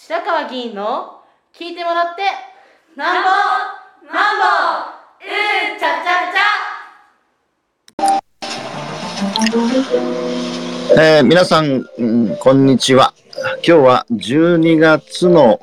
白川議員の聞いてもらってなんぼちゃちゃちゃ。皆さん、こんにちは。今日は12月の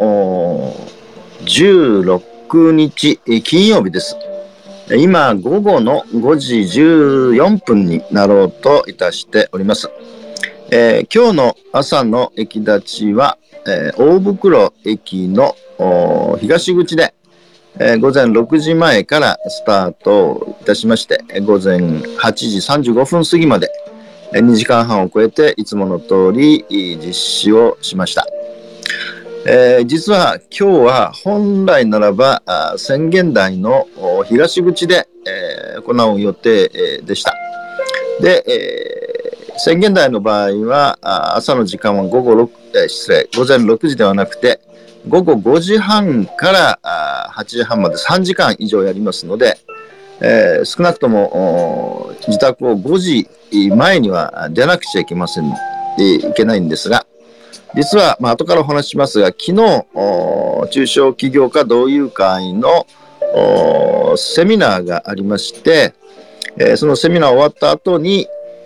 16日金曜日です。今午後の5時14分になろうといたしております。今日の朝の駅立ちは、大袋駅の東口で、午前6時前からスタートいたしまして、午前8時35分過ぎまで2時間半を超えていつもの通り実施をしました。実は今日は本来ならば宣言台の東口で、行う予定でした。で、宣言台の場合は朝の時間は午前6時ではなくて午後5時半から8時半まで3時間以上やりますので、少なくとも自宅を5時前には出なくちゃいけないんですが、実は、後からお話ししますが、昨日、中小企業家同友会のセミナーがありまして、そのセミナー終わった後に、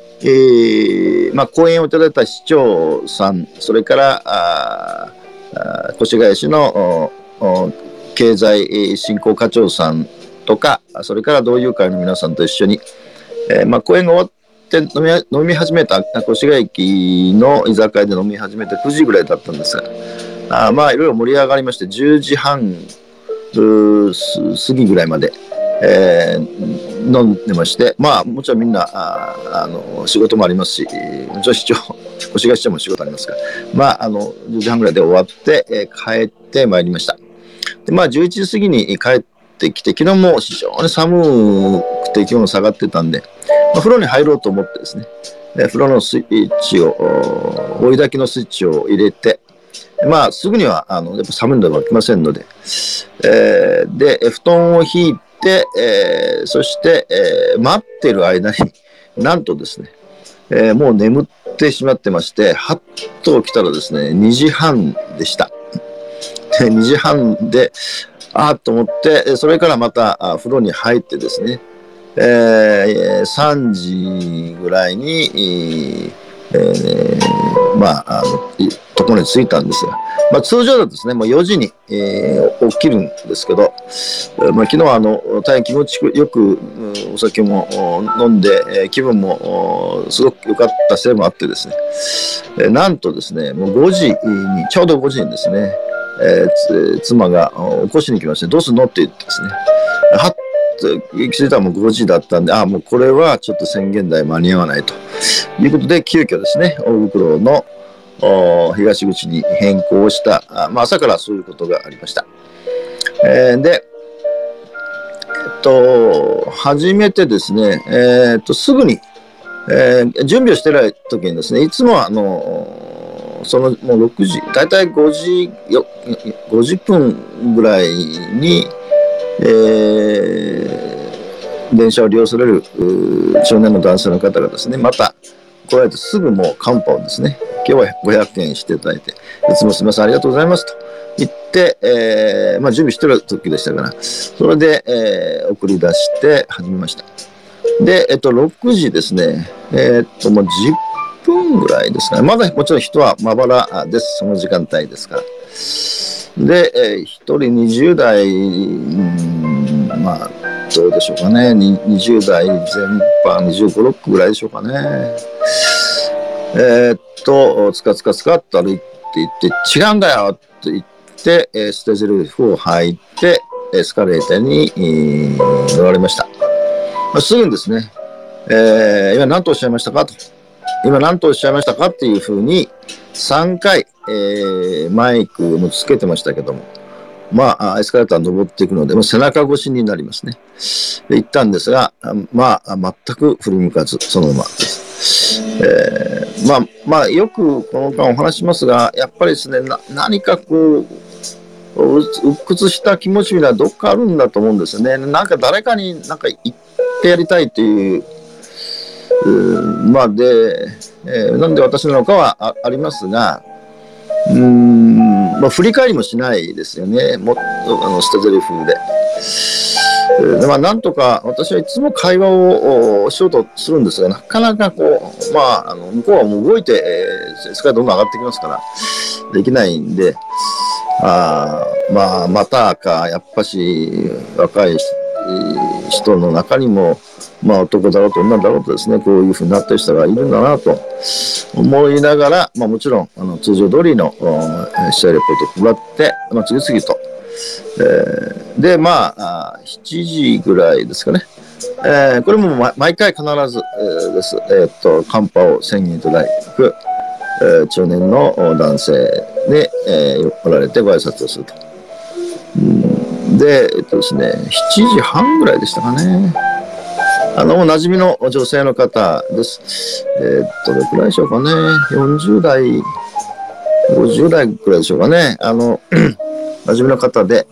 講演をいただいた市長さん、それから越谷市の経済振興課長さんとか、それから同友会の皆さんと一緒に、講演が終わって飲み始めた越谷駅の居酒屋で飲み始めて9時ぐらいだったんですが、いろいろ盛り上がりまして10時半過ぎぐらいまで、飲んでまして、もちろんみんな仕事もありますし、もちろん市長越谷市長も仕事ありますから10時半ぐらいで終わって、帰ってまいりました。で11時過ぎに帰ってきて、昨日も非常に寒くて気温が下がってたんで、風呂に入ろうと思ってですね、風呂のスイッチを追い焚きのスイッチを入れて、すぐにはやっぱ寒いのではきませんので、で布団を引いて、そして、待っている間になんとですね、もう眠ってしまってまして、はっと起きたらですね2時半でした。で2時半でと思って、それからまた風呂に入ってですね、3時ぐらいに、ところに着いたんですが、通常だとですね、もう4時に、起きるんですけど、昨日は大変気持ちよくお酒も飲んで、気分もすごく良かったせいもあってですね、なんとですね、もうちょうど5時にですね、妻が起こしに来まして、どうすんのって言ってですね、はっと気づいたらもう5時だったんで、もうこれはちょっと宣言台間に合わないということで、急遽ですね、大袋の東口に変更した、朝からそういうことがありました。で、初めてですね、すぐに、準備をしてない時にですね、いつもはもう6時、だいたい50分ぐらいに、電車を利用される中年の男性の方がですね、また来られてすぐもうカンパをですね、今日は500円していただいて、いつもすみませんありがとうございますと言って、準備してる時でしたから、それで、送り出して始めました。で、6時ですね、もう10分ぐらいですかね。まだもちろん人はまばらです。その時間帯ですから。で、1人20代、どうでしょうかね。20代前半、25、6ぐらいでしょうかね。つかつかつかっと歩いていって、違うんだよって言って、ステージルーフを入って、エスカレーターに、乗られました。すぐにですね、今何とおっしゃいましたかと。今何とおっしゃいましたかっていうふうに3回、マイクもつけてましたけども、エスカレーター登っていくので、背中越しになりますね。で行ったんですが、全く振り向かず、そのままです。よくこの間お話しますが、やっぱりですね、何かこう、鬱屈した気持ちみたいなどっかあるんだと思うんですよね。なんか誰かになんか言ってやりたいという、なんで私なのかは ありますが、 まあ、振り返りもしないですよね。もっと捨て台詞で。まあ、なんとか私はいつも会話をしようとするんですが、なかなかこう、まあ、向こうはもう動いて、世界どんどん上がってきますから、できないんで、まあ、またか、やっぱし、若い人の中にも、まあ、男だろうと女だろうとですね、こういうふうになってる人がいるんだなと思いながら、まあ、もちろん通常通りの試合レポートを配って、まあ、次々と、でまあ7時ぐらいですかね、これも毎回必ず、です、カンパを1000人いただく、中年の男性で、おられてご挨拶をすると。で、ですね、7時半ぐらいでしたかね。お馴染みの女性の方です。どれくらいでしょうかね。40代、50代くらいでしょうかね。馴染みの方で、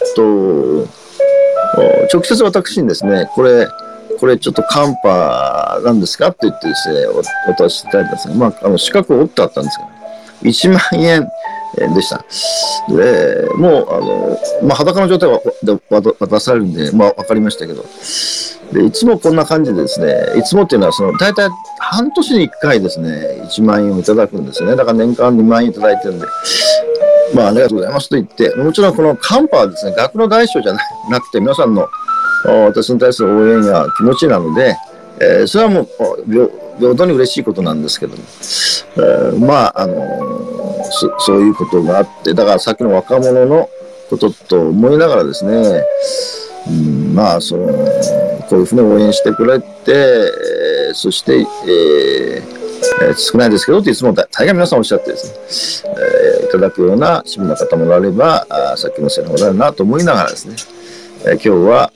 直接私にですね、これちょっとカンパなんですかって言ってですね、渡してたんですが、まあ、資格を折ってあったんですが、1万円でした。で、もう、まあ、裸の状態で渡されるんで、まあ、わかりましたけど、で、いつもこんな感じでですね、いつもっていうのは、大体半年に1回ですね、1万円をいただくんですね。だから年間2万円いただいてるんで、まあ、ありがとうございますと言って、もちろんこのカンパはですね、額の大小じゃなくて、皆さんの私に対する応援や気持ちなので、それはもう平等に嬉しいことなんですけども、まあ、そういうことがあって、だからさっきの若者のことと思いながらですね、まあ、こういうふうに応援してくれて、そして、少ないですけどっていつも大概皆さんおっしゃってですね、いただくような市民の方もおられば、さっきのせいのおられるなと思いながらですね、今日は、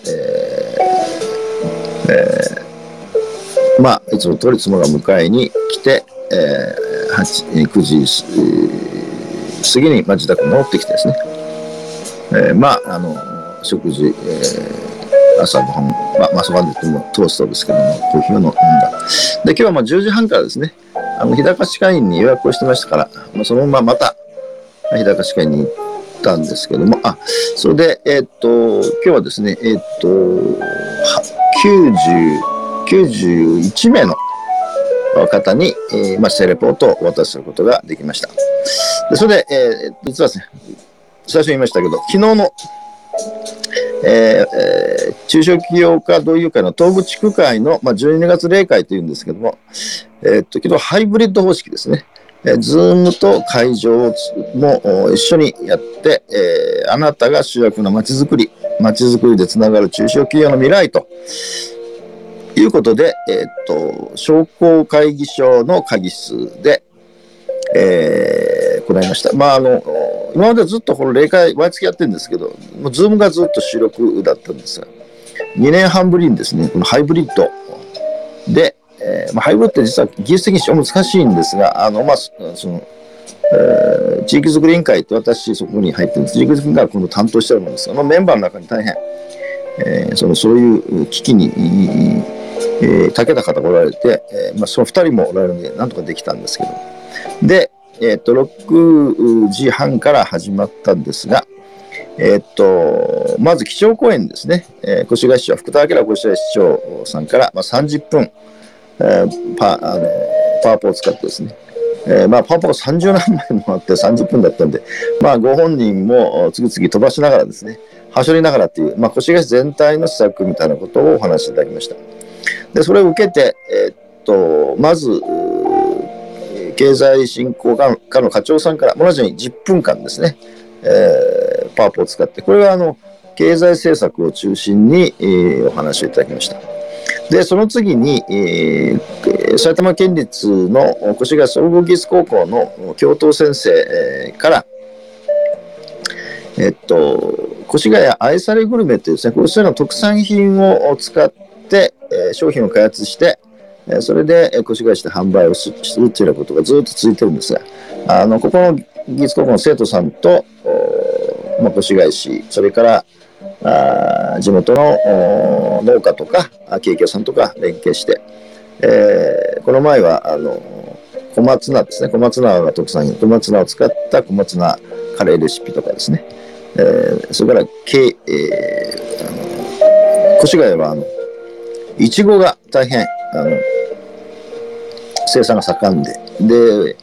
まあ、いつも通り妻が迎えに来て、9時過ぎに、自宅に戻ってきてですね、まあ、食事、朝ごはん、そばで言ってもトーストですけども、コーヒーを飲んだ。で、今日は10時半からですね、日高歯科医院に予約をしてましたから、そのまままた、日高歯科医院に行ったんですけども、それで、今日はですね、91名の方に、試合レポートをお渡しすることができました。でそれで、実はですね、最初に言いましたけど、昨日の、中小企業家同友会の東部地区会の、12月例会というんですけども、昨日ハイブリッド方式ですね。ズームと会場も一緒にやって、あなたが主役のまちづくりでつながる中小企業の未来ということで、商工会議所の会議室で、行いました。今までずっとこの例会毎月やってるんですけど、もうズームがずっと収録だったんですが、2年半ぶりにですね、このハイブリッドで、ハイブリッドって実は技術的に非常に難しいんですが、地域づくり委員会って私そこに入ってるんです。地域づくり委員会はこの担当してるものですが、メンバーの中に大変、そういう危機に、長けた方がおられて、その2人もおられるので、なんとかできたんですけど。で、6時半から始まったんですが、まず基調講演ですね、越谷市長、福田明越谷市長さんから、30分、パワポを使ってですね、パワポが30何枚もあって30分だったんで、ご本人も次々飛ばしながらですね、はしょりながらっていう、越谷市全体の施策みたいなことをお話しいただきました。で、それを受けて、まず、経済振興課の課長さんから同じように10分間ですね、パワポを使って、これは経済政策を中心に、お話をいただきました。で、その次に、埼玉県立の越谷総合技術高校の教頭先生から、越谷愛されグルメというですね、越谷の特産品を使って、商品を開発して、それで越谷市で販売をするというようなことがずっと続いてるんですが、ここの技術高校の生徒さんと、越谷市、それから地元の農家とかケーキ屋さんとか連携して、この前は小松菜ですね。小松菜が特産品。小松菜を使った小松菜カレーレシピとかですね。それから、越谷はいちごが大変、生産が盛んで、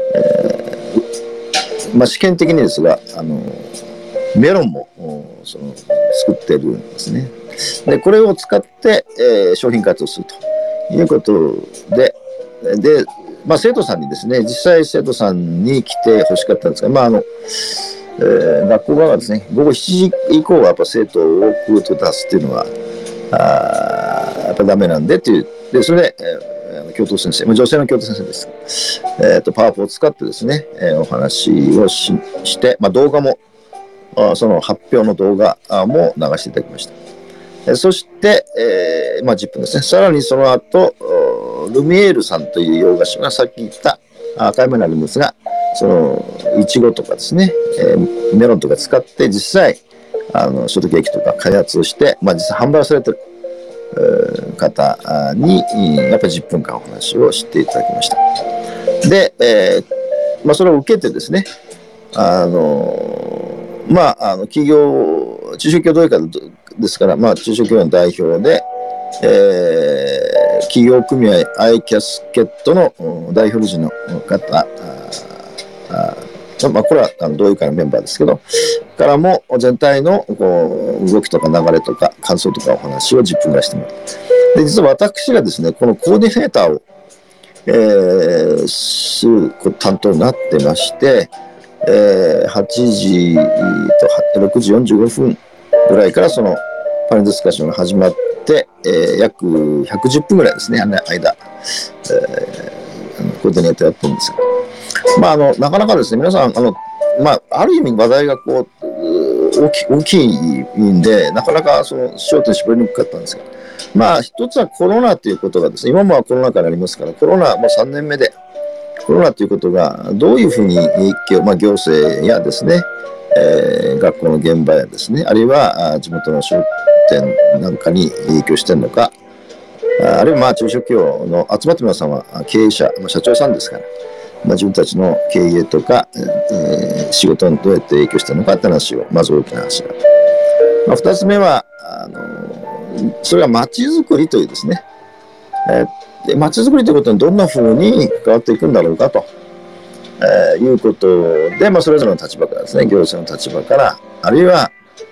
試験的にですが、メロンも作ってるんですね。で、これを使って、商品開発をするということで、生徒さんにですね、実際生徒さんに来て欲しかったんですが、学校側はですね、午後7時以降はやっぱ生徒を多くと出すっていうのは、やっぱダメなんでっていう。で、それで、教頭先生、女性の教頭先生です。パワポを使ってですね、お話をして、動画も、その発表の動画も流していただきました。そして、10分ですね。さらにその後、ルミエールさんという洋菓子がさっき言った赤い目になるんですが、いちごとかですね、メロンとか使って実際、ショートケーキとか開発をして、実際販売されてる方に、やっぱり10分間お話をしていただきました。で、それを受けてですね、企業、中小企業同友会ですから、中小企業の代表で、企業組合アイキャスケットの代表理事の方、これは同友会のメンバーですけど、からも全体の動きとか流れとか感想とかお話を10分ぐらいしてもらう。で、実は私がですね、このコーディネーターを、する担当になってまして、8時と6時45分ぐらいからそのパネルディスカッションが始まって、約110分ぐらいですね、間、コーディネーターやってるんですが、なかなかですね、皆さん、ある意味話題が大きいんで、なかなか焦点絞りにくかったんですが、一つはコロナということがですね、今もコロナ禍になりますから、コロナもう3年目で、コロナということがどういうふうに影響、行政やですね、学校の現場やですね、あるいは地元の商店なんかに影響してるのか、あるいは中小企業の集まって皆さんは経営者、社長さんですから、自分たちの経営とか、仕事にどうやって影響してるのかって話を、まず大きな話が。二つ目は、それは街づくりというですね、街づくりということにどんな風に関わっていくんだろうかと、いうことで、それぞれの立場からですね、行政の立場から、あるいは、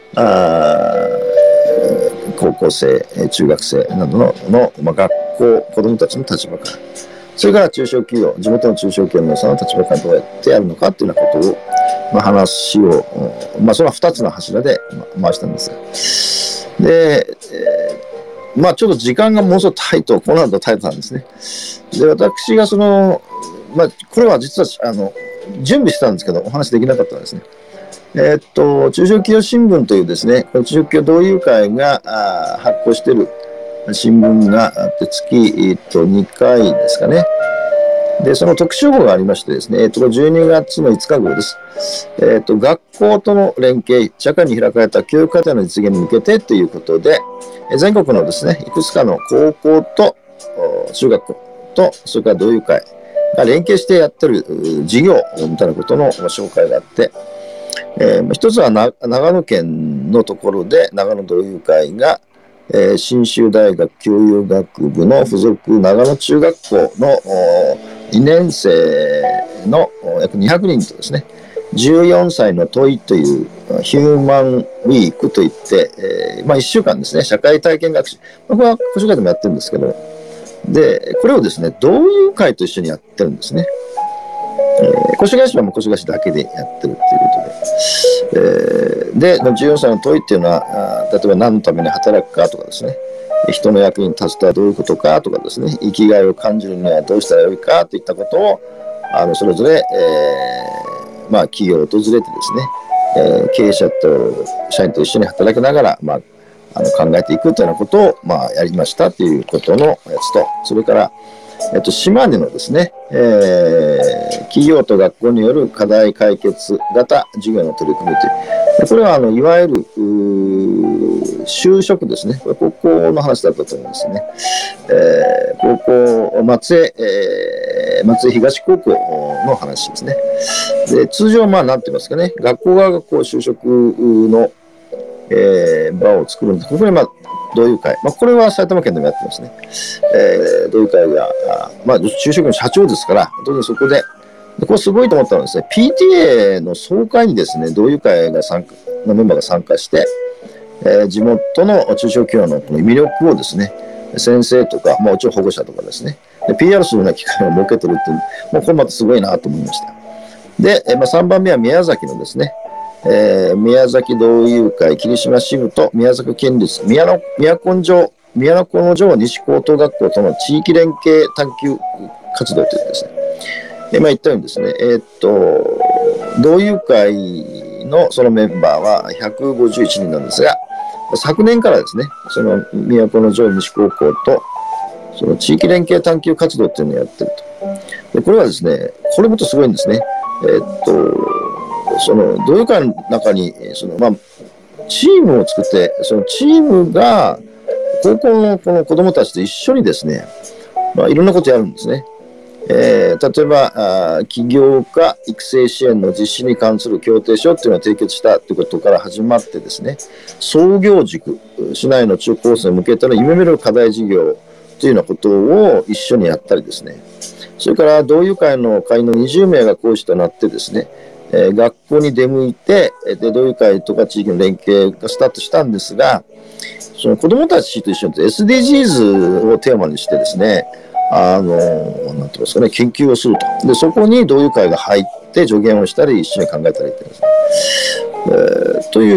高校生、中学生などの学校、子どもたちの立場から、それから中小企業、地元の中小企業の皆さんの立場からどうやってやるのかというようなことを、話を、それは2つの柱で回したんですが。で、ちょっと時間がものすごくタイト、この後タイトなんですね。で、私がこれは実は、準備してたんですけど、お話できなかったんですね。中小企業新聞というですね、中小企業同友会が発行している新聞があって、月、2回ですかね。で、その特集号がありましてですね、12月の5日号です。学校との連携、社会に開かれた教育課程の実現に向けてということで、全国のですね、いくつかの高校と中学校と、それから同友会が連携してやってる事業みたいなことの紹介があって、一つは長野県のところで、長野同友会が、信州大学教養学部の附属長野中学校の2年生の約200人とですね、14歳の問いというヒューマンウィークといって、1週間ですね、社会体験学習。これは越谷でもやってるんですけど、で、これをですね、同友会と一緒にやってるんですね。越谷市はもう越谷市だけでやってるっていうことで、で、14歳の問いっていうのは、例えば何のために働くかとかですね、人の役に立つとはどういうことかとかですね、生きがいを感じるにはどうしたらよいかといったことを、それぞれ、企業を訪れてですね、経営者と社員と一緒に働きながら、考えていくというようなことを、やりましたということのやつと、それから、島根のですね、企業と学校による課題解決型授業の取り組みという、これはいわゆる就職ですね、これ高校の話だったと思うんですね。高校松江、 松江東高校の話ですね。で、通常なんて言いますかね、学校側が就職の、場を作るんです。ここに同友会、これは埼玉県でもやってますね。同友会が、就職の社長ですから、当然そこで、これすごいと思ったのはですね、PTA の総会にですね、同友会のメンバーが参加して、地元の中小企業のこの魅力をですね、先生とか、もちろん保護者とかですね、PR するような機会を設けてるっていう、これまたすごいなと思いました。で、3番目は宮崎のですね、宮崎同友会霧島支部と宮崎県立都城西高等学校との地域連携探究活動というですね、言ったようにですね、同友会のそのメンバーは151人なんですが、昨年からですね、その都城西高校とその地域連携探究活動っていうのをやってると。で、これはですね、これもとすごいんですね。その同友会の中にチームを作って、そのチームが高校のこの子どもたちと一緒にですね、いろんなことやるんですね。例えば起業家育成支援の実施に関する協定書っていうのを締結したということから始まってですね、創業塾、市内の中高生に向けての夢見る課題事業というようなことを一緒にやったりですね、それから同友会の会員の20名が講師となってですね、学校に出向いて、で同友会とか地域の連携がスタートしたんですが、その子どもたちと一緒に SDGs をテーマにしてですね、なんて言いますかね、研究をすると。で、そこに同友会が入って助言をしたり、一緒に考えたりってですね。という、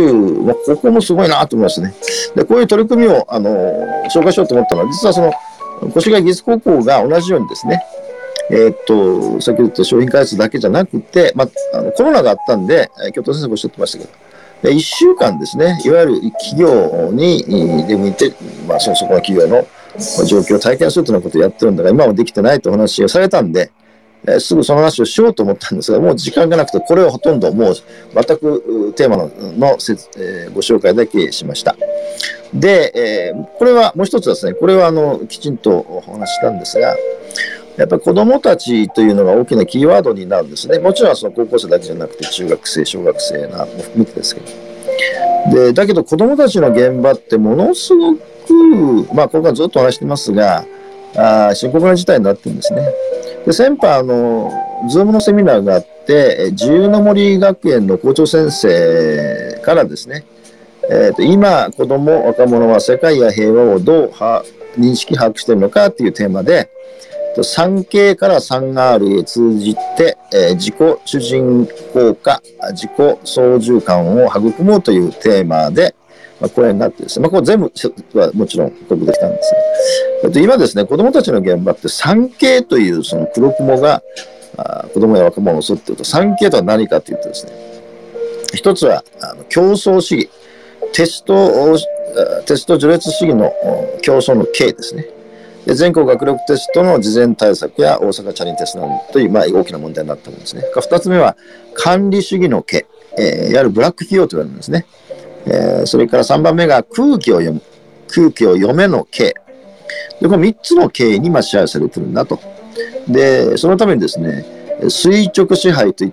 ここもすごいなと思いますね。で、こういう取り組みを、紹介しようと思ったのは、実はその、越谷技術高校が同じようにですね、先ほど言った商品開発だけじゃなくて、コロナがあったんで、教頭先生もおっしゃってましたけど、1週間ですね、いわゆる企業に出向いて、そこの企業の状況を体験するというようなことをやってるんだが、今はできてないとお話をされたんで、すぐその話をしようと思ったんですが、もう時間がなくて、これをほとんどもう全くテーマのご紹介だけしました。で、これはもう一つですね、これはきちんとお話ししたんですが、やっぱり子どもたちというのが大きなキーワードになるんですね。もちろんその高校生だけじゃなくて中学生、小学生も含めてですけど。で、だけど子どもたちの現場ってものすごく、これからずっと話してますが、深刻な事態になってるんですね。で、先般ズームのセミナーがあって、自由の森学園の校長先生からですね、今、子ども、若者は世界や平和をどう認識、把握しているのかというテーマで、3K から 3R へ通じて、自己主人公化、自己操縦感を育もうというテーマで、講演があってですね、これ全部はもちろん報告できたんですが、今ですね、子どもたちの現場って 3K というその黒雲が子どもや若者を襲っていると、3K とは何かというとですね、一つは競争主義、テスト序列主義の競争の K ですね。全国学力テストの事前対策や大阪チャリンテストという大きな問題になったものですね。二つ目は管理主義の K、いわゆるブラック企業と言われるんですね。それから3番目が空気を読めの K。で、この3つの K に支配されてるんだと。で、そのためにですね、垂直支配といって、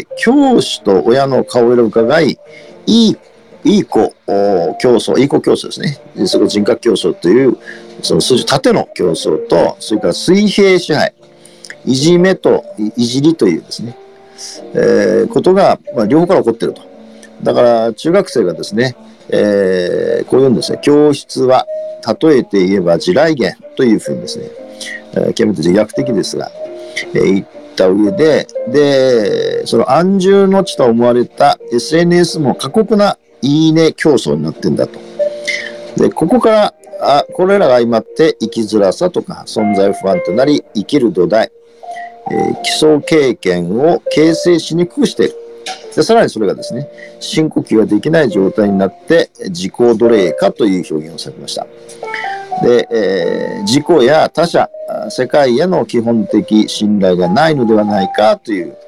教師と親の顔色を伺い、いい子競争ですね。それ人格競争という、その縦の競争と、それから水平支配、いじめといじりというですね、ことが、両方から起こっていると。だから、中学生がですね、こういうんですね、教室は、例えて言えば地雷原というふうにですね、極めて自虐的ですが、言った上で、その安住の地と思われた SNS も過酷ないいね競争になってんだと。で、ここから、これらが相まって生きづらさとか存在不安となり、生きる土台、基礎経験を形成しにくくしている。で、さらにそれがですね、深呼吸ができない状態になって、自己奴隷化という表現をされました。で、自己や他者、世界への基本的信頼がないのではないかという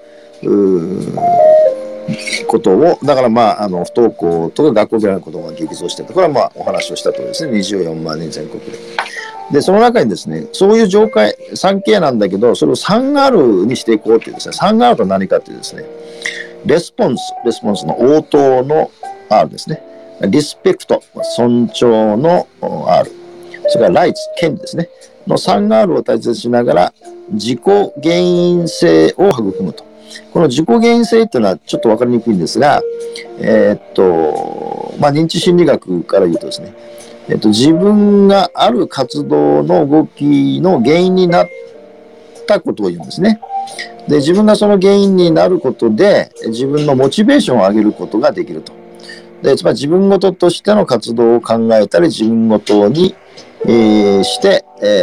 ことを、だから不登校とか学校嫌いの子供が激増している。これはお話をしたとおりですね、24万人全国で。 で、その中にですね、そういう上階、3K なんだけど、それを 3R にしていこうっていうですね、3R と何かっていうですね、レスポンスの応答の R ですね。リスペクト、尊重の R。それからライツ、権利ですね。の 3R を大切にしながら、自己原因性を育むと。この自己原因性っていうのはちょっとわかりにくいんですが、認知心理学から言うとですね、自分がある活動の動きの原因になったことを言うんですね。で、自分がその原因になることで、自分のモチベーションを上げることができると。で、つまり自分ごととしての活動を考えたり、自分ごとに、して、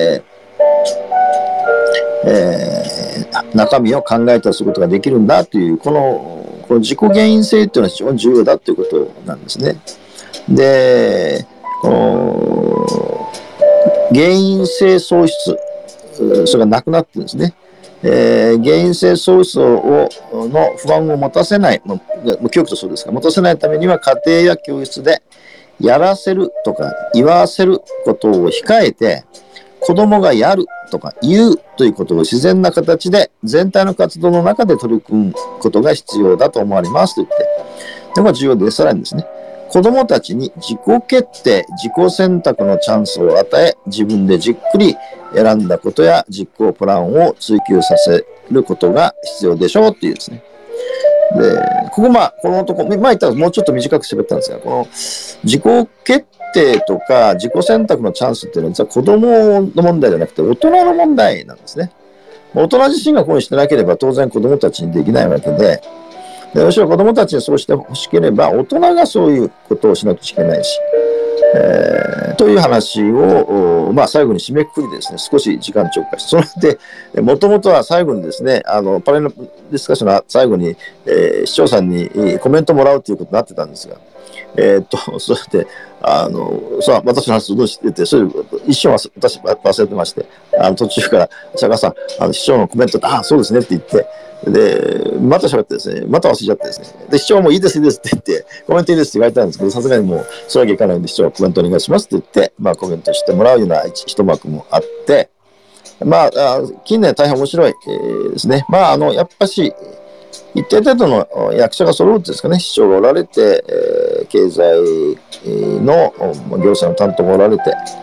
中身を考えたりすることができるんだという、この自己原因性というのは非常に重要だということなんですね。で、この原因性喪失、それがなくなってですね、原因性喪失の不安を持たせない、教育とそうですが、持たせないためには家庭や教室でやらせるとか言わせることを控えて、子供がやるとか言うということを自然な形で全体の活動の中で取り組むことが必要だと思われますと言って、でこれは重要で、さらにですね、子供たちに自己決定、自己選択のチャンスを与え、自分でじっくり選んだことや実行プランを追求させることが必要でしょうっていうですね。で、このとこ、言ったらもうちょっと短く喋ったんですが、この自己決定とか自己選択のチャンスっていうのは実は子供の問題じゃなくて大人の問題なんですね。大人自身がこうしてなければ当然子供たちにできないわけで、むしろ子供たちにそうしてほしければ大人がそういうことをしなきゃいけないし、という話を、最後に締めくくりですね、少し時間超過して、それで、もともとは最後にですね、パネルディスカッションの最後に、視聴者にコメントもらうということになってたんですが、それで、私の話すごい知ってて、それ一瞬私忘れてまして、途中から、釈迦さん、視聴のコメントで、そうですねって言って、で、また喋ってですね、また忘れちゃってですね、で、視聴もいいですって言って、コメントいいですって言われたんですけど、さすがにもう、そういうわけいかないんで、視聴コメントお願いしますって言って、コメントしてもらうような一幕もあって、近年大変面白い、ですね。やっぱし、一定程度の役者が揃うってですかね、市長がおられて、経済の行政の担当がおられて、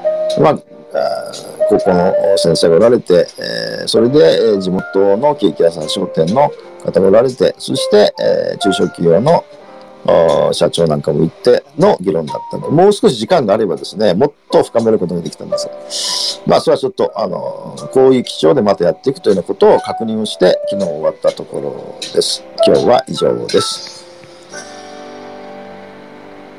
高校の先生がおられて、それで地元のケーキ屋さん商店の方がおられて、そして、中小企業の社長なんかも行っての議論だったので、もう少し時間があればですね、もっと深めることができたんですが、それはちょっと、こういう基調でまたやっていくというようなことを確認をして、昨日終わったところです。今日は以上です。